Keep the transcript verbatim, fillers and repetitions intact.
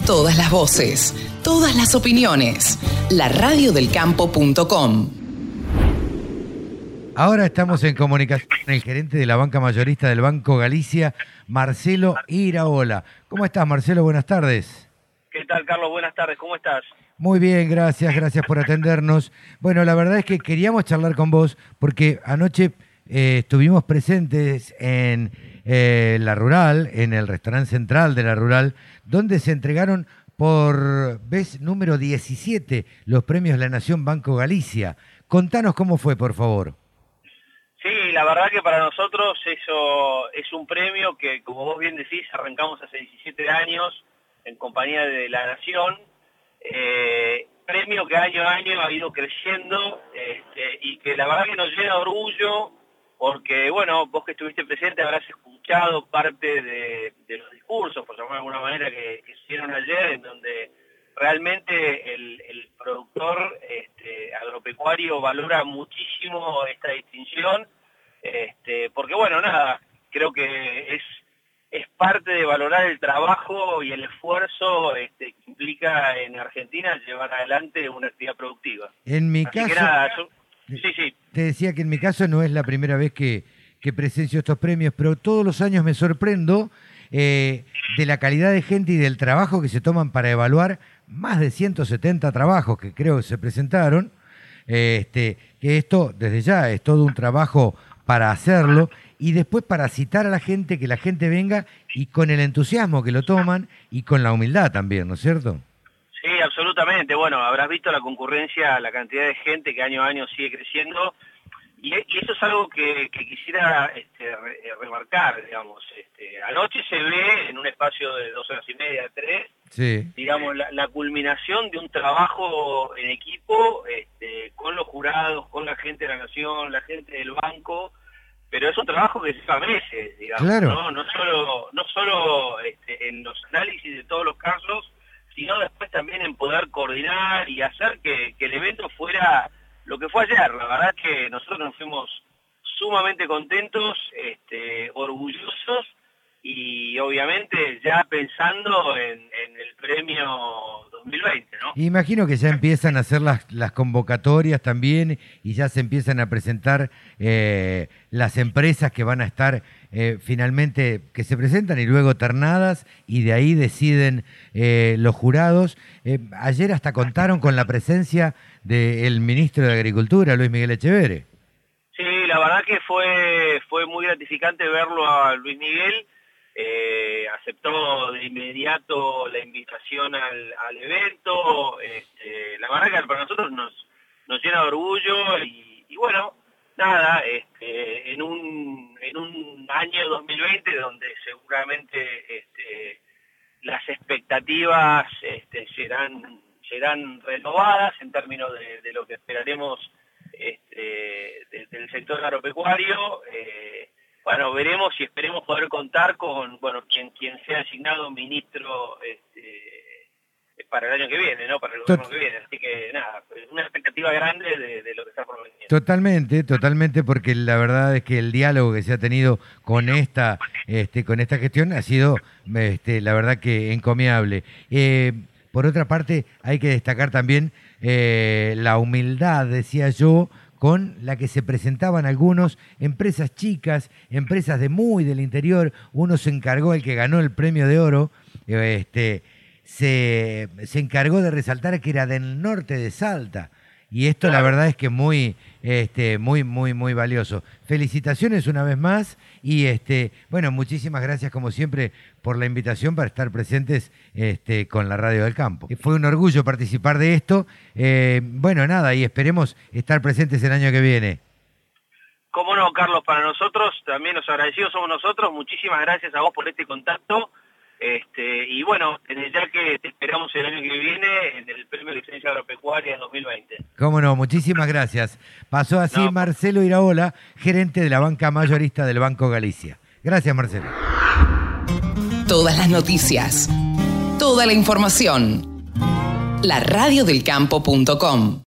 Todas las voces, todas las opiniones. la radio del campo punto com. Ahora estamos en comunicación con el gerente de la banca mayorista del Banco Galicia, Marcelo Iraola. ¿Cómo estás, Marcelo? Buenas tardes. ¿Qué tal, Carlos? Buenas tardes. ¿Cómo estás? Muy bien, gracias. Gracias por atendernos. Bueno, la verdad es que queríamos charlar con vos porque anoche eh, estuvimos presentes en eh, La Rural, en el restaurante central de La Rural, donde se entregaron por vez número diecisiete los premios La Nación Banco Galicia. Contanos cómo fue, por favor. Sí, la verdad que para nosotros eso es un premio que, como vos bien decís, arrancamos hace diecisiete años en compañía de La Nación. Eh, premio que año a año ha ido creciendo este, y que la verdad que nos llena de orgullo porque, bueno, vos que estuviste presente habrás escuchado parte de, de los discursos, por llamarlo de alguna manera, que, que hicieron ayer, en donde realmente el, el productor este, agropecuario valora muchísimo esta distinción, este, porque, bueno, nada, creo que es, es parte de valorar el trabajo y el esfuerzo este, que implica en Argentina llevar adelante una actividad productiva. En mi Así caso... que nada, yo, sí, sí. Te decía que en mi caso no es la primera vez que, que presencio estos premios, pero todos los años me sorprendo eh, de la calidad de gente y del trabajo que se toman para evaluar más de ciento setenta trabajos que creo que se presentaron. Eh, este, que esto, desde ya, es todo un trabajo para hacerlo y después para citar a la gente, que la gente venga y con el entusiasmo que lo toman y con la humildad también, ¿no es cierto? Sí, absolutamente. Bueno, habrás visto la concurrencia, la cantidad de gente que año a año sigue creciendo y, y eso es algo que, que quisiera este, re, remarcar, digamos. Este, anoche se ve en un espacio de dos horas y media, tres, sí. digamos, la, la culminación de un trabajo en equipo este, con los jurados, con la gente de la Nación, la gente del banco, pero es un trabajo que lleva meses, digamos, claro. ¿no? No solo, no solo este, en los análisis de todos los casos, sino después también en poder coordinar y hacer que, que el evento fuera lo que fue ayer. La verdad que nosotros nos fuimos sumamente contentos, este, orgullosos y obviamente ya pensando en, en el premio dos mil veinte, ¿no? Imagino que ya empiezan a hacer las, las convocatorias también y ya se empiezan a presentar eh, las empresas que van a estar eh, finalmente, que se presentan y luego ternadas y de ahí deciden eh, los jurados. Eh, ayer hasta contaron con la presencia del ministro de Agricultura, Luis Miguel Echeverre. Sí, la verdad que fue, fue muy gratificante verlo a Luis Miguel. Eh, aceptó de inmediato la invitación al, al evento. Este, la verdad que para nosotros nos, nos llena de orgullo y, y bueno, nada, este, en un en un año dos mil veinte donde seguramente este, las expectativas este, serán serán renovadas en términos de, de lo que esperaremos este, de, del sector agropecuario. Eh, Bueno, veremos y esperemos poder contar con, bueno, quien quien sea asignado ministro este, para el año que viene, ¿no? Para el gobierno que viene. Así que, nada, una expectativa grande de, de lo que está por venir. Totalmente, totalmente, porque la verdad es que el diálogo que se ha tenido con esta este, con esta gestión ha sido, este, la verdad que encomiable. Eh, por otra parte, hay que destacar también eh, la humildad, decía yo, con la que se presentaban algunos, empresas chicas, empresas de muy del interior. Uno se encargó, el que ganó el premio de oro, este, se, se encargó de resaltar que era del norte de Salta. Y esto la verdad es que muy, este, muy, muy, muy valioso. Felicitaciones una vez más y este, bueno, muchísimas gracias como siempre por la invitación para estar presentes este, con la Radio del Campo. Fue un orgullo participar de esto. Eh, bueno, nada, y esperemos estar presentes el año que viene. Cómo no, Carlos, para nosotros también los agradecidos somos nosotros. Muchísimas gracias a vos por este contacto. Este, y bueno, desde ya que te esperamos el año que viene en el Premio de Excelencia Agropecuaria dos mil veinte. Cómo no, muchísimas gracias. Pasó así no. Marcelo Iraola, gerente de la banca mayorista del Banco Galicia. Gracias, Marcelo. Todas las noticias, toda la información. la radio del campo punto com